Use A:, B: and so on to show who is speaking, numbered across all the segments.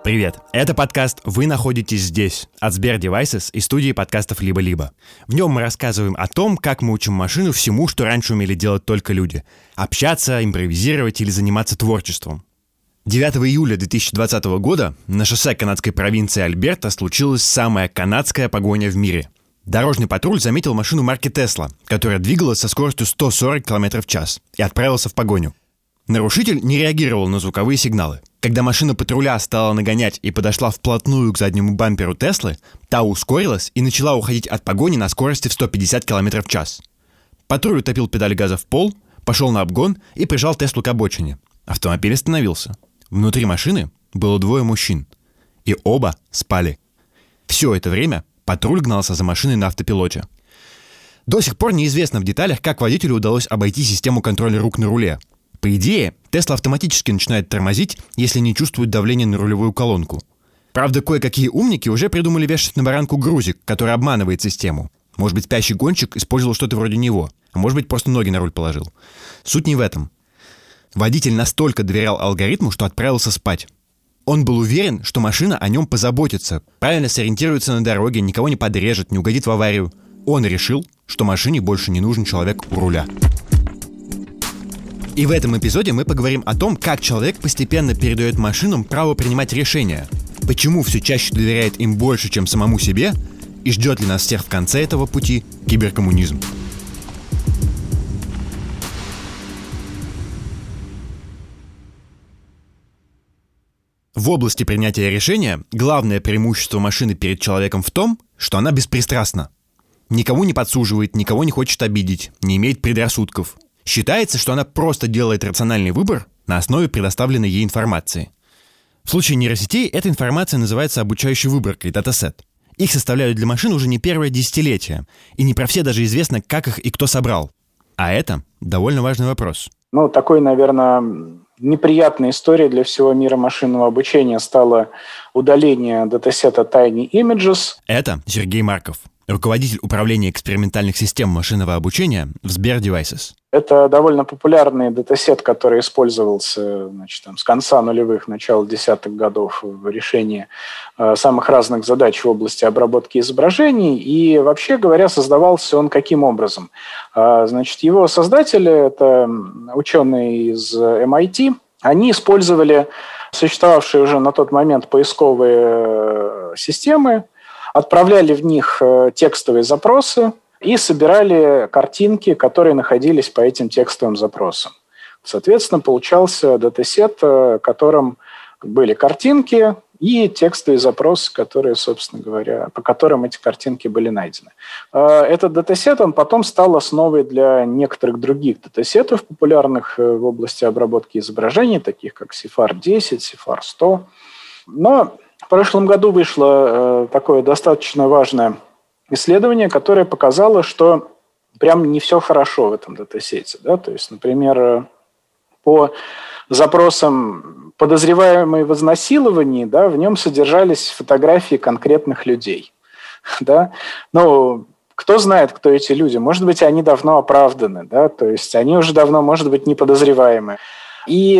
A: Привет, это подкаст «Вы находитесь здесь» от Сбер Devices и студии подкастов «Либо-либо». В нем мы рассказываем о том, как мы учим машину всему, что раньше умели делать только люди. Общаться, импровизировать или заниматься творчеством. 9 июля 2020 года на шоссе канадской провинции Альберта случилась самая канадская погоня в мире. Дорожный патруль заметил машину марки Tesla, которая двигалась со скоростью 140 км в час, и отправился в погоню. Нарушитель не реагировал на звуковые сигналы. Когда машина патруля стала нагонять и подошла вплотную к заднему бамперу Теслы, та ускорилась и начала уходить от погони на скорости в 150 км в час. Патруль утопил педаль газа в пол, пошел на обгон и прижал Теслу к обочине. Автомобиль остановился. Внутри машины было двое мужчин. И оба спали. Все это время патруль гнался за машиной на автопилоте. До сих пор неизвестно в деталях, как водителю удалось обойти систему контроля рук на руле. По идее, Тесла автоматически начинает тормозить, если не чувствует давления на рулевую колонку. Правда, кое-какие умники уже придумали вешать на баранку грузик, который обманывает систему. Может быть, спящий гонщик использовал что-то вроде него, а может быть, просто ноги на руль положил. Суть не в этом. Водитель настолько доверял алгоритму, что отправился спать. Он был уверен, что машина о нем позаботится, правильно сориентируется на дороге, никого не подрежет, не угодит в аварию. Он решил, что машине больше не нужен человек у руля. И в этом эпизоде мы поговорим о том, как человек постепенно передает машинам право принимать решения, почему все чаще доверяет им больше, чем самому себе, и ждет ли нас всех в конце этого пути киберкоммунизм. В области принятия решения главное преимущество машины перед человеком в том, что она беспристрастна. Никого не подсуживает, никого не хочет обидеть, не имеет предрассудков. Считается, что она просто делает рациональный выбор на основе предоставленной ей информации. В случае нейросетей эта информация называется обучающей выборкой, датасет. Их составляют для машин уже не первое десятилетие, и не про все даже известно, как их и кто собрал. А это довольно важный вопрос.
B: Такой, наверное, неприятной историей для всего мира машинного обучения стало удаление датасета Tiny Images.
A: Это Сергей Марков, руководитель управления экспериментальных систем машинного обучения в Сбер Devices.
B: Это довольно популярный датасет, который использовался с конца нулевых, начала десятых годов в решении самых разных задач в области обработки изображений. И, вообще говоря, создавался он каким образом? Его создатели, это ученые из MIT, они использовали существовавшие уже на тот момент поисковые системы, отправляли в них текстовые запросы и собирали картинки, которые находились по этим текстовым запросам. Соответственно, получался датасет, в котором были картинки и текстовые запросы, которые, собственно говоря, по которым эти картинки были найдены. Этот датасет, он потом стал основой для некоторых других датасетов, популярных в области обработки изображений, таких как CIFAR 10, CIFAR 100. Но в прошлом году вышло такое достаточно важное исследование, которое показало, что прям не все хорошо в этом датасете. Да? То есть, например, по запросам подозреваемые в изнасиловании, да, в нем содержались фотографии конкретных людей. Да? Кто знает, кто эти люди? Может быть, они давно оправданы, да? То есть они уже давно, может быть, не подозреваемы. И,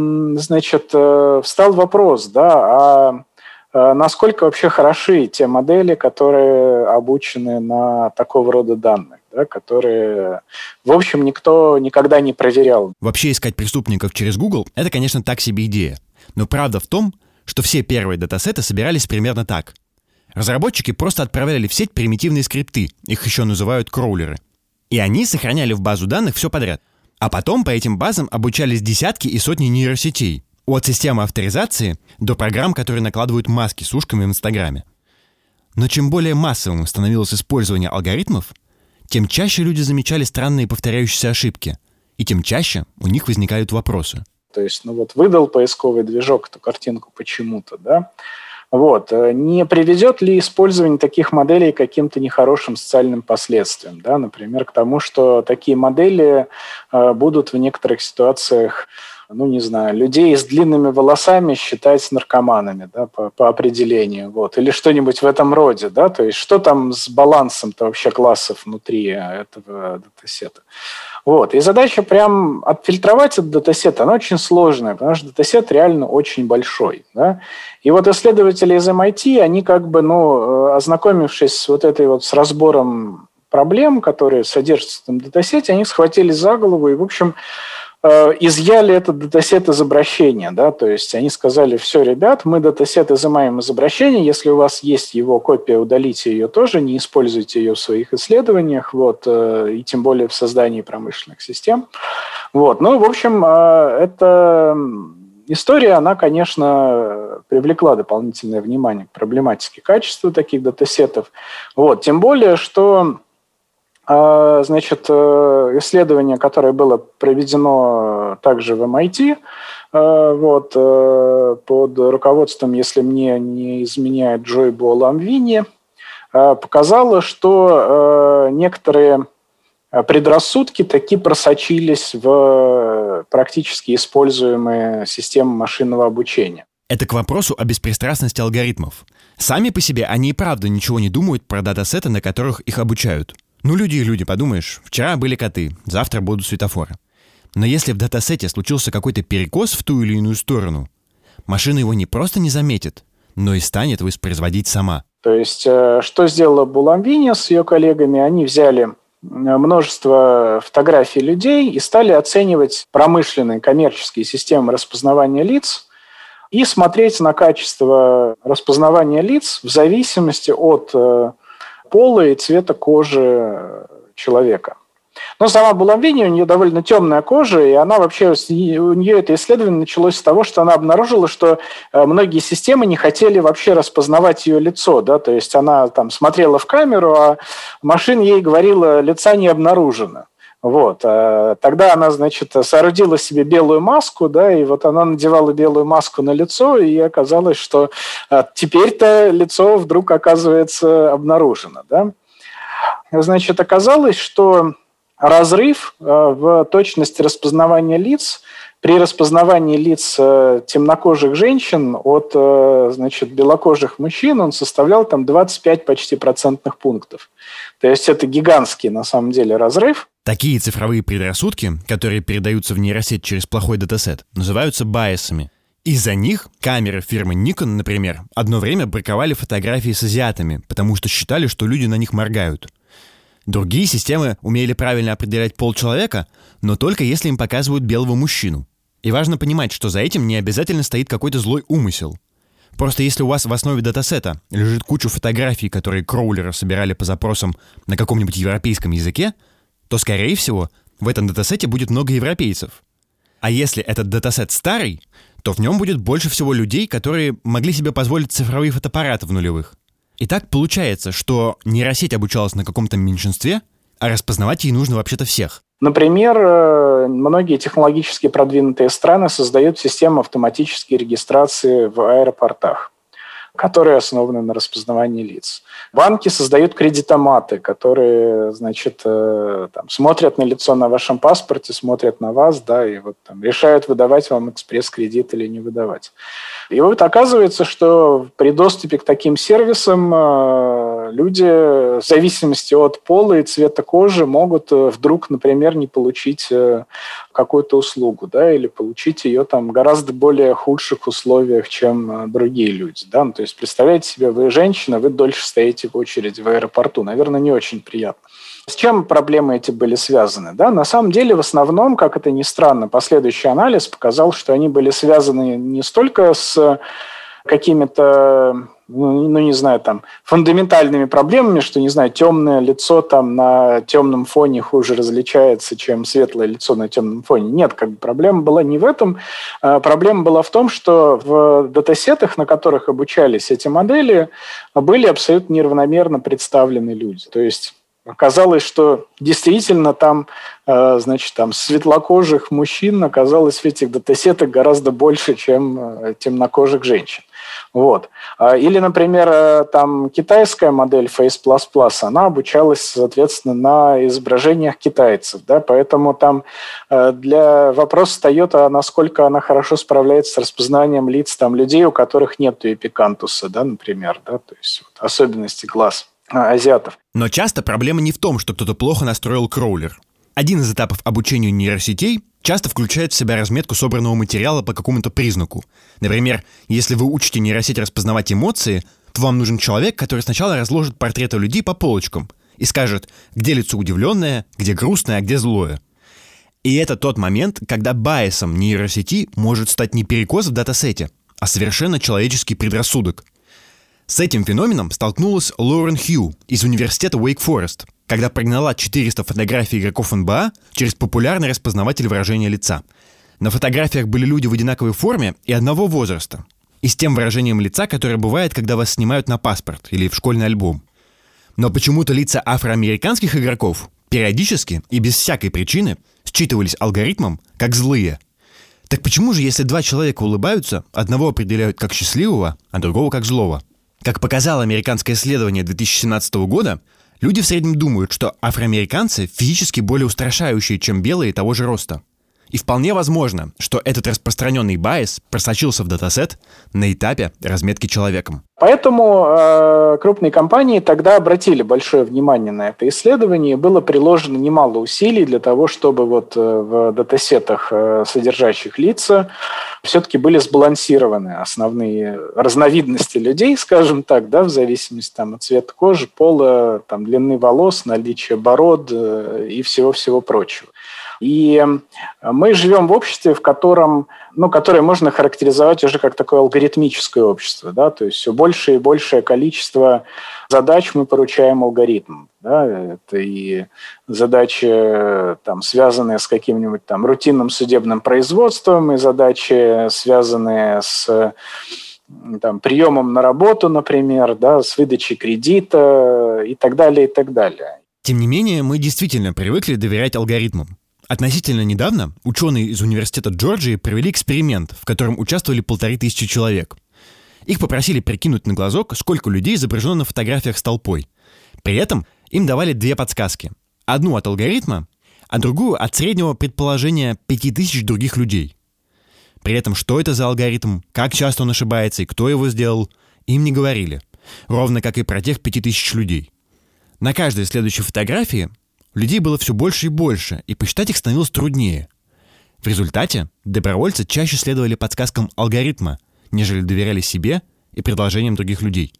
B: встал вопрос, да, насколько вообще хороши те модели, которые обучены на такого рода данных, да, которые, в общем, никто никогда не проверял.
A: Вообще искать преступников через Google – это, конечно, так себе идея. Но правда в том, что все первые датасеты собирались примерно так. Разработчики просто отправляли в сеть примитивные скрипты, их еще называют кроулеры. И они сохраняли в базу данных все подряд. А потом по этим базам обучались десятки и сотни нейросетей. От системы авторизации до программ, которые накладывают маски с ушками в Инстаграме. Но чем более массовым становилось использование алгоритмов, тем чаще люди замечали странные повторяющиеся ошибки, и тем чаще у них возникают вопросы.
B: То есть, выдал поисковый движок эту картинку почему-то, да? Не приведет ли использование таких моделей к каким-то нехорошим социальным последствиям, да? Например, к тому, что такие модели будут в некоторых ситуациях не знаю, людей с длинными волосами считать наркоманами, да, по определению, вот, или что-нибудь в этом роде, да, то есть что там с балансом-то вообще классов внутри этого датасета. Вот. И задача прям отфильтровать этот датасет, она очень сложная, потому что датасет реально очень большой. Да? И вот исследователи из MIT, они ознакомившись с с разбором проблем, которые содержатся в этом датасете, они схватились за голову и, в общем, изъяли этот датасет из обращения, да, то есть они сказали: все, ребят, мы датасет изымаем из обращения, если у вас есть его копия, удалите ее тоже, не используйте ее в своих исследованиях, вот, и тем более в создании промышленных систем. Вот, в общем, эта история, она, конечно, привлекла дополнительное внимание к проблематике качества таких датасетов, вот, тем более, что исследование, которое было проведено также в MIT, под руководством, если мне не изменяет, Джойбо Ламвини, показало, что некоторые предрассудки таки просочились в практически используемые системы машинного обучения.
A: Это к вопросу о беспристрастности алгоритмов. Сами по себе они и правда ничего не думают про датасеты, на которых их обучают. Люди и люди, подумаешь, вчера были коты, завтра будут светофоры. Но если в датасете случился какой-то перекос в ту или иную сторону, машина его не просто не заметит, но и станет воспроизводить сама.
B: То есть, что сделала Буламвини с ее коллегами? Они взяли множество фотографий людей и стали оценивать промышленные коммерческие системы распознавания лиц и смотреть на качество распознавания лиц в зависимости от пола и цвета кожи человека. Но сама Буламвини, у нее довольно темная кожа, и она вообще, у нее это исследование началось с того, что она обнаружила, что многие системы не хотели вообще распознавать ее лицо, да, то есть она там смотрела в камеру, а машина ей говорила: лица не обнаружено. Вот. Тогда она, соорудила себе белую маску, да, и вот она надевала белую маску на лицо, и оказалось, что теперь-то лицо вдруг оказывается обнаружено, да. Оказалось, что разрыв в точности распознавания лиц при распознавании лиц темнокожих женщин от, белокожих мужчин он составлял там 25 почти процентных пунктов. То есть это гигантский на самом деле разрыв.
A: Такие цифровые предрассудки, которые передаются в нейросеть через плохой датасет, называются байесами. Из-за них камеры фирмы Nikon, например, одно время браковали фотографии с азиатами, потому что считали, что люди на них моргают. Другие системы умели правильно определять пол человека, но только если им показывают белого мужчину. И важно понимать, что за этим не обязательно стоит какой-то злой умысел. Просто если у вас в основе датасета лежит куча фотографий, которые кроулеры собирали по запросам на каком-нибудь европейском языке, то, скорее всего, в этом датасете будет много европейцев. А если этот датасет старый, то в нем будет больше всего людей, которые могли себе позволить цифровые фотоаппараты в нулевых. И так получается, что нейросеть обучалась на каком-то меньшинстве, а распознавать ей нужно вообще-то всех.
B: Например, многие технологически продвинутые страны создают систему автоматической регистрации в аэропортах, которые основаны на распознавании лиц. Банки создают кредитоматы, которые, смотрят на лицо на вашем паспорте, смотрят на вас, да, и решают, выдавать вам экспресс-кредит или не выдавать. И вот оказывается, что при доступе к таким сервисам люди в зависимости от пола и цвета кожи могут вдруг, например, не получить какую-то услугу, да, или получить ее там в гораздо более худших условиях, чем другие люди. Да? То есть представляете себе, вы женщина, вы дольше стоите в очереди в аэропорту. Наверное, не очень приятно. С чем проблемы эти были связаны? Да? На самом деле, в основном, как это ни странно, последующий анализ показал, что они были связаны не столько с какими-то, фундаментальными проблемами, что, темное лицо там на темном фоне хуже различается, чем светлое лицо на темном фоне. Нет, проблема была не в этом. Проблема была в том, что в датасетах, на которых обучались эти модели, были абсолютно неравномерно представлены люди. То есть оказалось, что действительно там, значит, там светлокожих мужчин оказалось в этих датасетах гораздо больше, чем темнокожих женщин. Вот. Или, например, там китайская модель Face++, она обучалась, соответственно, на изображениях китайцев, да, поэтому там для вопроса встает, насколько она хорошо справляется с распознанием лиц там, людей, у которых нет эпикантуса, да, например, да, то есть вот, особенности глаз азиатов.
A: Но часто проблема не в том, что кто-то плохо настроил кроулер. Один из этапов обучения нейросетей часто включает в себя разметку собранного материала по какому-то признаку. Например, если вы учите нейросеть распознавать эмоции, то вам нужен человек, который сначала разложит портреты людей по полочкам и скажет, где лицо удивленное, где грустное, а где злое. И это тот момент, когда байесом нейросети может стать не перекос в датасете, а совершенно человеческий предрассудок. С этим феноменом столкнулась Лорен Хью из университета Уэйк-Форест, когда прогнала 400 фотографий игроков НБА через популярный распознаватель выражения лица. На фотографиях были люди в одинаковой форме и одного возраста. И с тем выражением лица, которое бывает, когда вас снимают на паспорт или в школьный альбом. Но почему-то лица афроамериканских игроков периодически и без всякой причины считывались алгоритмом как злые. Так почему же, если два человека улыбаются, одного определяют как счастливого, а другого как злого? Как показало американское исследование 2017 года, люди в среднем думают, что афроамериканцы физически более устрашающие, чем белые того же роста. И вполне возможно, что этот распространенный байс просочился в датасет на этапе разметки человеком.
B: Поэтому крупные компании тогда обратили большое внимание на это исследование. Было приложено немало усилий для того, чтобы вот в датасетах, содержащих лица, все-таки были сбалансированы основные разновидности людей, скажем так, да, в зависимости там, от цвета кожи, пола, там, длины волос, наличия бород и всего-всего прочего. И мы живем в обществе, в котором, которое можно характеризовать уже как такое алгоритмическое общество. Да? То есть все большее и большее количество задач мы поручаем алгоритмам. Да? Это и задачи, там, связанные с каким-нибудь там, рутинным судебным производством, и задачи, связанные с там, приемом на работу, например, да, с выдачей кредита и так далее, и так далее.
A: Тем не менее, мы действительно привыкли доверять алгоритмам. Относительно недавно ученые из университета Джорджии провели эксперимент, в котором участвовали 1500 человек. Их попросили прикинуть на глазок, сколько людей изображено на фотографиях с толпой. При этом им давали две подсказки. Одну от алгоритма, а другую от среднего предположения 5000 других людей. При этом, что это за алгоритм, как часто он ошибается и кто его сделал, им не говорили. Ровно как и про тех 5000 людей. На каждой следующей фотографии людей было все больше и больше, и посчитать их становилось труднее. В результате добровольцы чаще следовали подсказкам алгоритма, нежели доверяли себе и предложениям других людей.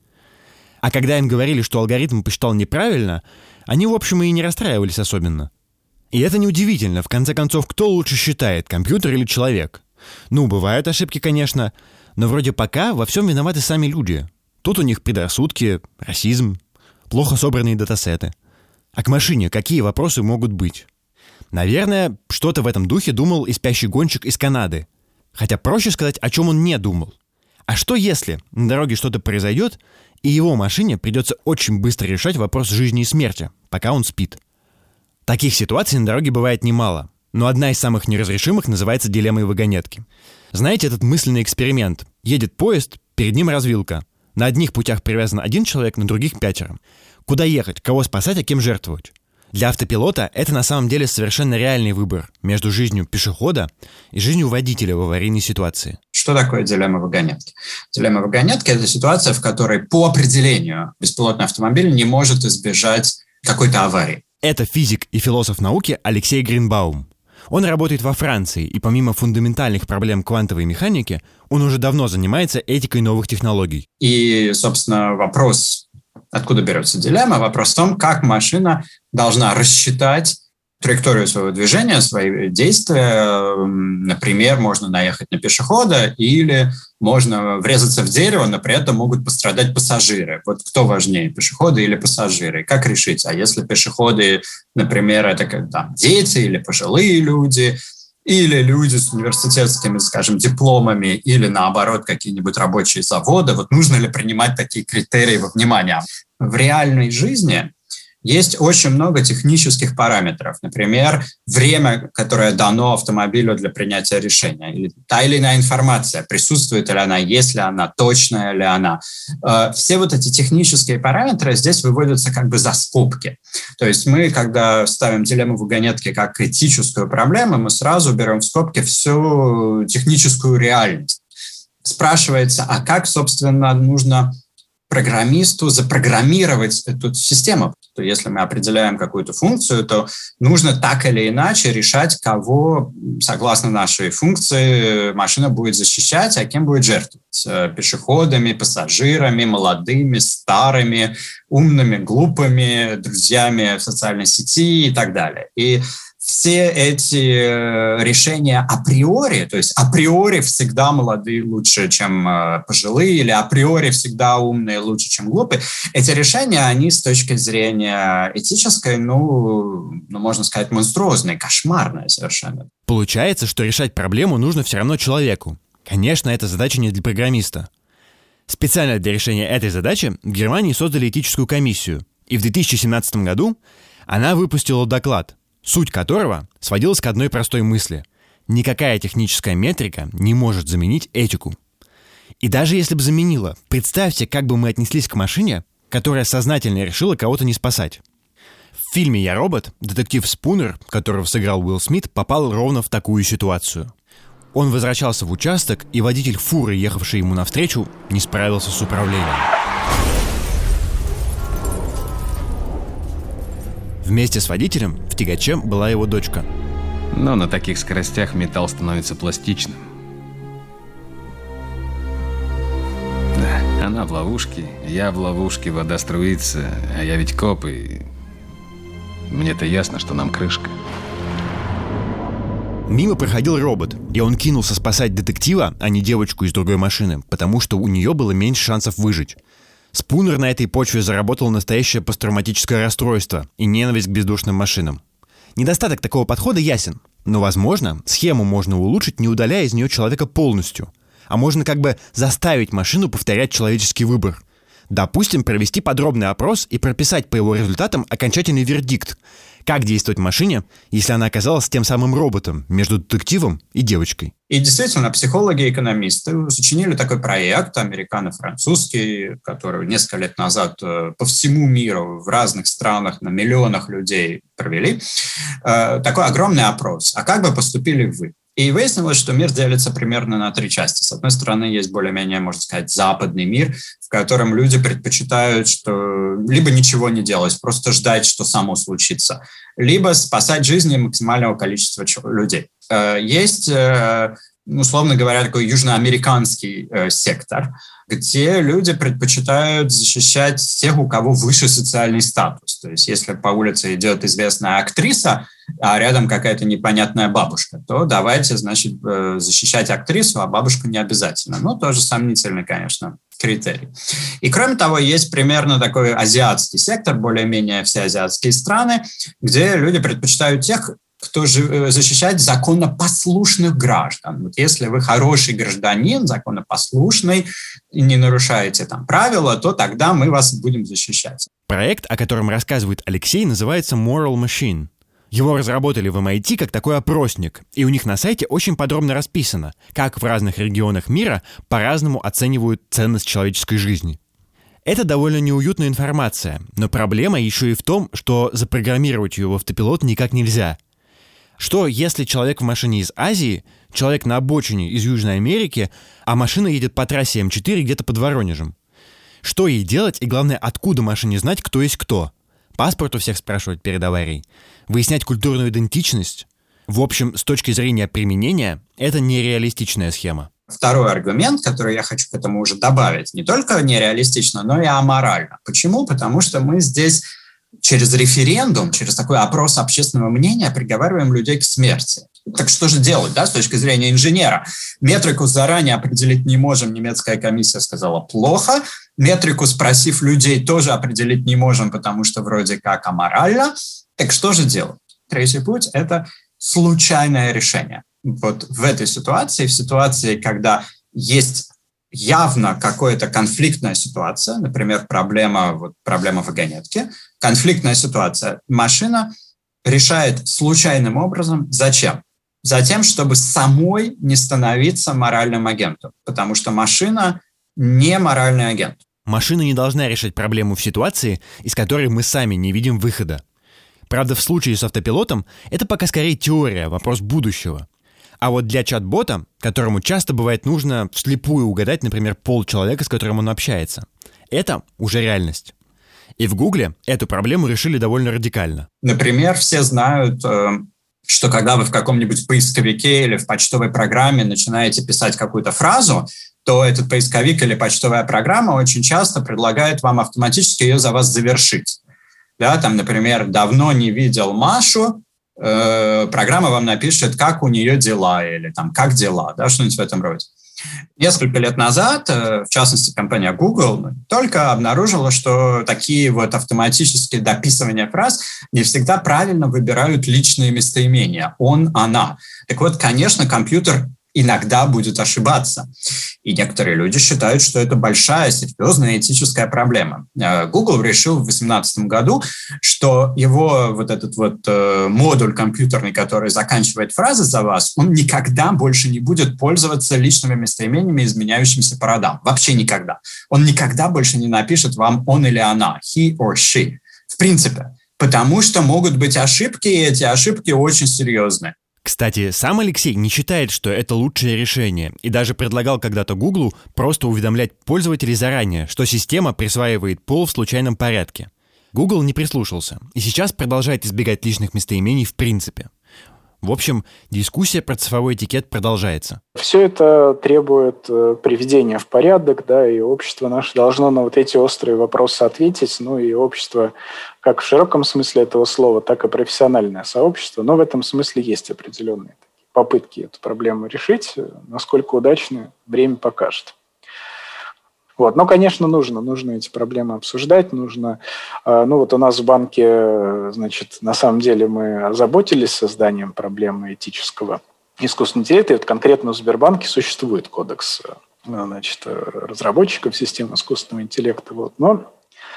A: А когда им говорили, что алгоритм посчитал неправильно, они, в общем, и не расстраивались особенно. И это неудивительно, в конце концов, кто лучше считает, компьютер или человек? Бывают ошибки, конечно, но вроде пока во всем виноваты сами люди. Тут у них предрассудки, расизм, плохо собранные датасеты. А к машине какие вопросы могут быть? Наверное, что-то в этом духе думал и спящий гонщик из Канады. Хотя проще сказать, о чем он не думал. А что если на дороге что-то произойдет, и его машине придется очень быстро решать вопрос жизни и смерти, пока он спит? Таких ситуаций на дороге бывает немало, но одна из самых неразрешимых называется дилеммой вагонетки. Знаете этот мысленный эксперимент? Едет поезд, перед ним развилка. На одних путях привязан один человек, на других 5. Куда ехать, кого спасать, а кем жертвовать? Для автопилота это на самом деле совершенно реальный выбор между жизнью пешехода и жизнью водителя в аварийной ситуации.
C: Что такое дилемма вагонетки? Дилемма вагонетки – это ситуация, в которой по определению беспилотный автомобиль не может избежать какой-то аварии.
A: Это физик и философ науки Алексей Гринбаум. Он работает во Франции, и помимо фундаментальных проблем квантовой механики, он уже давно занимается этикой новых технологий.
C: И, собственно, вопрос, откуда берется дилемма, вопрос в том, как машина должна рассчитать траекторию своего движения, свои действия. Например, можно наехать на пешехода или можно врезаться в дерево, но при этом могут пострадать пассажиры. Вот кто важнее, пешеходы или пассажиры? Как решить? А если пешеходы, например, это дети или пожилые люди, или люди с университетскими, скажем, дипломами, или, наоборот, какие-нибудь рабочие заводы, вот нужно ли принимать такие критерии во внимание? В реальной жизни есть очень много технических параметров. Например, время, которое дано автомобилю для принятия решения. Или та или иная информация, присутствует ли она, есть ли она, точная ли она. Все вот эти технические параметры здесь выводятся как бы за скобки. То есть мы, когда ставим дилемму вагонетки как этическую проблему, мы сразу берем в скобки всю техническую реальность. Спрашивается, а как, собственно, нужно программисту запрограммировать эту систему? То если мы определяем какую-то функцию, то нужно так или иначе решать, кого, согласно нашей функции, машина будет защищать, а кем будет жертвовать. Пешеходами, пассажирами, молодыми, старыми, умными, глупыми, друзьями в социальной сети и так далее. И все эти решения априори, то есть априори всегда молодые лучше, чем пожилые, или априори всегда умные лучше, чем глупые, эти решения, они с точки зрения этической, можно сказать, монструозные, кошмарные совершенно.
A: Получается, что решать проблему нужно все равно человеку. Конечно, эта задача не для программиста. Специально для решения этой задачи в Германии создали этическую комиссию, и в 2017 году она выпустила доклад, суть которого сводилась к одной простой мысли. Никакая техническая метрика не может заменить этику. И даже если бы заменила, представьте, как бы мы отнеслись к машине, которая сознательно решила кого-то не спасать. В фильме «Я робот» детектив Спунер, которого сыграл Уилл Смит, попал ровно в такую ситуацию. Он возвращался в участок, и водитель фуры, ехавший ему навстречу, не справился с управлением. Вместе с водителем в тягаче была его дочка.
D: Но на таких скоростях металл становится пластичным. Да, она в ловушке, я в ловушке, вода струится, а я ведь коп, и мне-то ясно, что нам крышка.
A: Мимо проходил робот, и он кинулся спасать детектива, а не девочку из другой машины, потому что у нее было меньше шансов выжить. Спунер на этой почве заработал настоящее посттравматическое расстройство и ненависть к бездушным машинам. Недостаток такого подхода ясен, но, возможно, схему можно улучшить, не удаляя из нее человека полностью. А можно как бы заставить машину повторять человеческий выбор. Допустим, провести подробный опрос и прописать по его результатам окончательный вердикт. Как действовать машине, если она оказалась тем самым роботом между детективом и девочкой?
C: И действительно, психологи и экономисты сочинили такой проект, американо-французский, который несколько лет назад по всему миру в разных странах на миллионах людей провели. Такой огромный опрос. А как бы поступили вы? И выяснилось, что мир делится примерно на 3 части. С одной стороны, есть более-менее, можно сказать, западный мир, в котором люди предпочитают, что либо ничего не делать, просто ждать, что само случится, либо спасать жизни максимального количества людей. Есть, условно говоря, такой южноамериканский сектор, где люди предпочитают защищать тех, у кого выше социальный статус. То есть если по улице идет известная актриса, а рядом какая-то непонятная бабушка, то давайте, значит, защищать актрису, а бабушку не обязательно. Ну, тоже сомнительный, конечно, критерий. И кроме того, есть примерно такой азиатский сектор, более-менее все азиатские страны, где люди предпочитают тех, кто защищает законопослушных граждан. Вот если вы хороший гражданин, законопослушный, и не нарушаете там правила, то тогда мы вас будем защищать.
A: Проект, о котором рассказывает Алексей, называется Moral Machine. Его разработали в MIT как такой опросник, и у них на сайте очень подробно расписано, как в разных регионах мира по-разному оценивают ценность человеческой жизни. Это довольно неуютная информация, но проблема еще и в том, что запрограммировать ее в автопилот никак нельзя. Что, если человек в машине из Азии, человек на обочине из Южной Америки, а машина едет по трассе М4 где-то под Воронежем? Что ей делать и, главное, откуда машине знать, кто есть кто? Паспорт у всех спрашивать перед аварией? Выяснять культурную идентичность? В общем, с точки зрения применения, это нереалистичная схема.
C: Второй аргумент, который я хочу к этому уже добавить, не только нереалистично, но и аморально. Почему? Потому что мы здесь через референдум, через такой опрос общественного мнения приговариваем людей к смерти. Так что же делать, да, с точки зрения инженера? Метрику заранее определить не можем, немецкая комиссия сказала плохо. Метрику, спросив людей, тоже определить не можем, потому что вроде как аморально. Так что же делать? Третий путь – это случайное решение. Вот в этой ситуации, в ситуации, когда есть явно какая-то конфликтная ситуация, например, проблема вагонетки, конфликтная ситуация, машина решает случайным образом. Зачем? Затем, чтобы самой не становиться моральным агентом, потому что машина не моральный агент.
A: Машина не должна решать проблему в ситуации, из которой мы сами не видим выхода. Правда, в случае с автопилотом это пока скорее теория, вопрос будущего. А вот для чат-бота, которому часто бывает нужно вслепую угадать, например, пол человека, с которым он общается, это уже реальность. И в Гугле эту проблему решили довольно радикально.
C: Например, все знают, что когда вы в каком-нибудь поисковике или в почтовой программе начинаете писать какую-то фразу, то этот поисковик или почтовая программа очень часто предлагает вам автоматически ее за вас завершить. Да, там, например, «давно не видел Машу», программа вам напишет, как у нее дела, или там «как дела», да, что-нибудь в этом роде. Несколько лет назад, в частности, компания Google только обнаружила, что такие вот автоматические дописывания фраз не всегда правильно выбирают личные местоимения «он», «она». Так вот, конечно, компьютер иногда будет ошибаться. И некоторые люди считают, что это большая, серьезная этическая проблема. Google решил в 2018 году, что его вот этот вот модуль компьютерный, который заканчивает фразы за вас, он никогда больше не будет пользоваться личными местоимениями, изменяющимися по родам. Вообще никогда. Он никогда больше не напишет вам он или она, he or she. В принципе. Потому что могут быть ошибки, и эти ошибки очень серьезные.
A: Кстати, сам Алексей не считает, что это лучшее решение, и даже предлагал когда-то Гуглу просто уведомлять пользователей заранее, что система присваивает пол в случайном порядке. Google не прислушался, и сейчас продолжает избегать личных местоимений в принципе. В общем, дискуссия про цифровой этикет продолжается.
B: Все это требует приведения в порядок, да, и общество наше должно на вот эти острые вопросы ответить, ну и общество как в широком смысле этого слова, так и профессиональное сообщество, но в этом смысле есть определенные попытки эту проблему решить. Насколько удачно, время покажет. Вот. Но, конечно, нужно эти проблемы обсуждать, нужно... Ну, вот у нас в банке, значит, на самом деле мы озаботились созданием проблемы этического искусственного интеллекта, и вот конкретно в Сбербанке существует кодекс, значит, разработчиков систем искусственного интеллекта. Вот. Но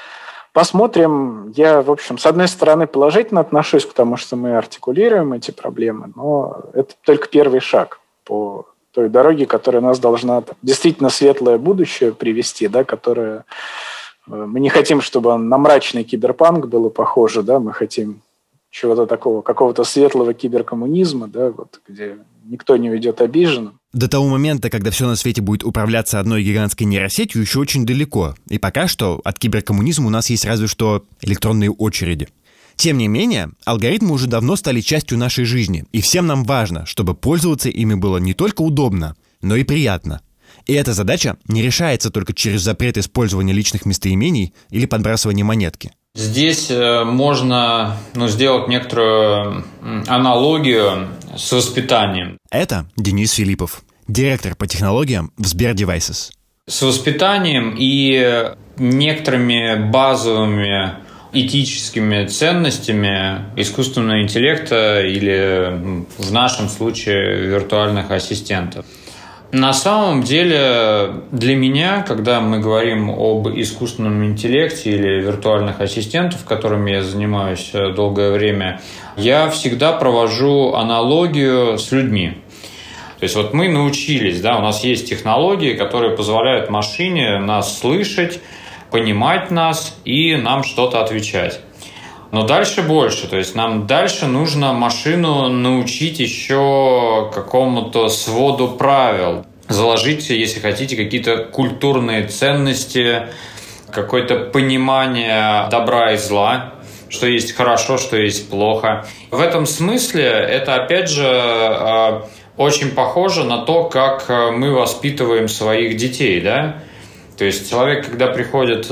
B: посмотрим. Я, в общем, с одной стороны положительно отношусь, потому что мы артикулируем эти проблемы, но это только первый шаг по той дороге, которая нас должна действительно светлое будущее привести, да, которое мы не хотим, чтобы на мрачный киберпанк было похоже, да, мы хотим чего-то такого, какого-то светлого киберкоммунизма, да, вот, где никто не уйдет обиженным.
A: До того момента, когда все на свете будет управляться одной гигантской нейросетью, еще очень далеко. И пока что от киберкоммунизма у нас есть разве что электронные очереди. Тем не менее, алгоритмы уже давно стали частью нашей жизни, и всем нам важно, чтобы пользоваться ими было не только удобно, но и приятно. И эта задача не решается только через запрет использования личных местоимений или подбрасывания монетки.
E: Здесь можно сделать некоторую аналогию с воспитанием.
A: Это Денис Филиппов, директор по технологиям в Сбердевайсес.
E: С воспитанием и некоторыми базовыми этическими ценностями искусственного интеллекта или, в нашем случае, виртуальных ассистентов. На самом деле, для меня, когда мы говорим об искусственном интеллекте или виртуальных ассистентах, которыми я занимаюсь долгое время, я всегда провожу аналогию с людьми. То есть вот мы научились, да, у нас есть технологии, которые позволяют машине нас слышать, понимать нас и нам что-то отвечать. Но дальше больше. То есть нам дальше нужно машину научить еще какому-то своду правил. Заложить, если хотите, какие-то культурные ценности, какое-то понимание добра и зла, что есть хорошо, что есть плохо. В этом смысле это, опять же, очень похоже на то, как мы воспитываем своих детей, да? То есть человек, когда приходит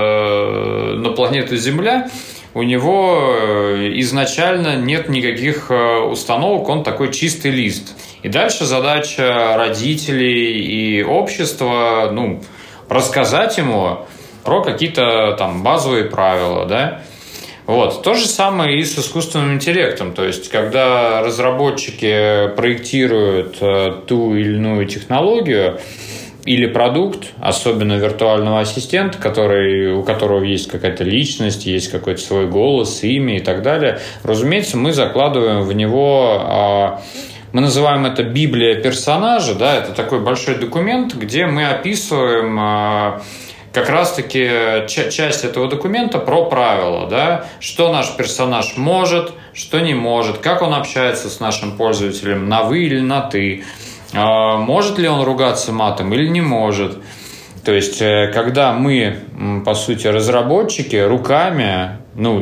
E: на планету Земля, у него изначально нет никаких установок, он такой чистый лист. И дальше задача родителей и общества, рассказать ему про какие-то там базовые правила, да. Вот. То же самое и с искусственным интеллектом. То есть, когда разработчики проектируют ту или иную технологию, или продукт, особенно виртуального ассистента, у которого есть какая-то личность, есть какой-то свой голос, имя и так далее, разумеется, мы закладываем в него... Мы называем это Библия персонажа, да, это такой большой документ, где мы описываем как раз-таки часть этого документа про правила, да, что наш персонаж может, что не может, как он общается с нашим пользователем на «вы» или на «ты», может ли он ругаться матом или не может. То есть, когда мы, по сути, разработчики, руками,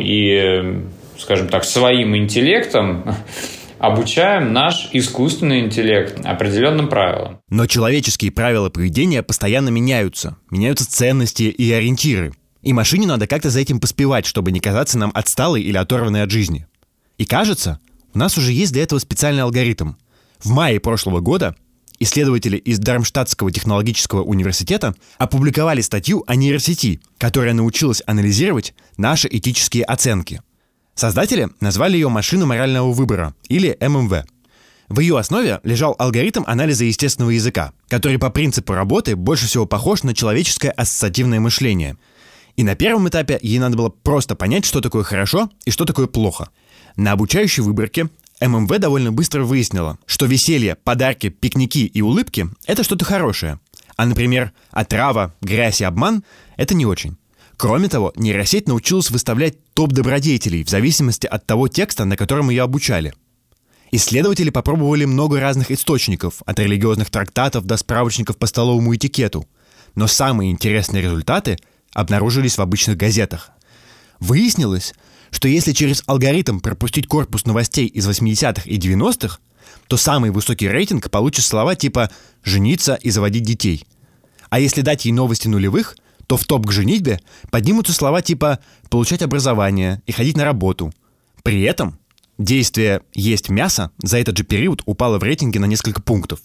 E: и, скажем так, своим интеллектом обучаем наш искусственный интеллект определенным правилам.
A: Но человеческие правила поведения постоянно меняются. Меняются ценности и ориентиры. И машине надо как-то за этим поспевать, чтобы не казаться нам отсталой или оторванной от жизни. И кажется, у нас уже есть для этого специальный алгоритм. В мае прошлого года исследователи из Дармштадтского технологического университета опубликовали статью о нейросети, которая научилась анализировать наши этические оценки. Создатели назвали ее «машину морального выбора» или ММВ. В ее основе лежал алгоритм анализа естественного языка, который по принципу работы больше всего похож на человеческое ассоциативное мышление. И на первом этапе ей надо было просто понять, что такое хорошо и что такое плохо. На обучающей выборке ММВ довольно быстро выяснила, что веселье, подарки, пикники и улыбки – это что-то хорошее. А, например, отрава, грязь и обман – это не очень. Кроме того, нейросеть научилась выставлять топ добродетелей в зависимости от того текста, на котором ее обучали. Исследователи попробовали много разных источников, от религиозных трактатов до справочников по столовому этикету. Но самые интересные результаты обнаружились в обычных газетах. Выяснилось, что если через алгоритм пропустить корпус новостей из 80-х и 90-х, то самый высокий рейтинг получит слова типа «жениться и заводить детей». А если дать ей новости нулевых, то в топ к женитьбе поднимутся слова типа «получать образование» и «ходить на работу». При этом действие «есть мясо» за этот же период упало в рейтинге на несколько пунктов.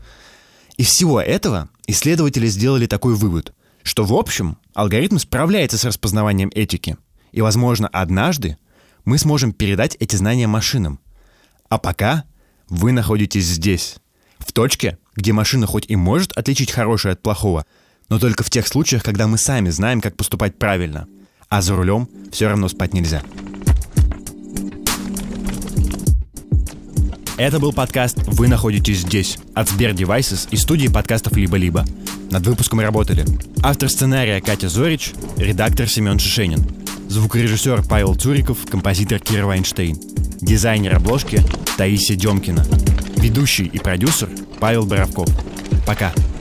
A: Из всего этого исследователи сделали такой вывод, что в общем алгоритм справляется с распознаванием этики, и, возможно, однажды мы сможем передать эти знания машинам. А пока вы находитесь здесь, в точке, где машина хоть и может отличить хорошее от плохого, но только в тех случаях, когда мы сами знаем, как поступать правильно. А за рулем все равно спать нельзя. Это был подкаст «Вы находитесь здесь» от Сбер Devices и студии подкастов «Либо-либо». Над выпуском работали автор сценария Катя Зорич, редактор Семен Шишенин, звукорежиссер Павел Цуриков, композитор Кира Вайнштейн, дизайнер обложки Таисия Демкина, ведущий и продюсер Павел Боровков. Пока.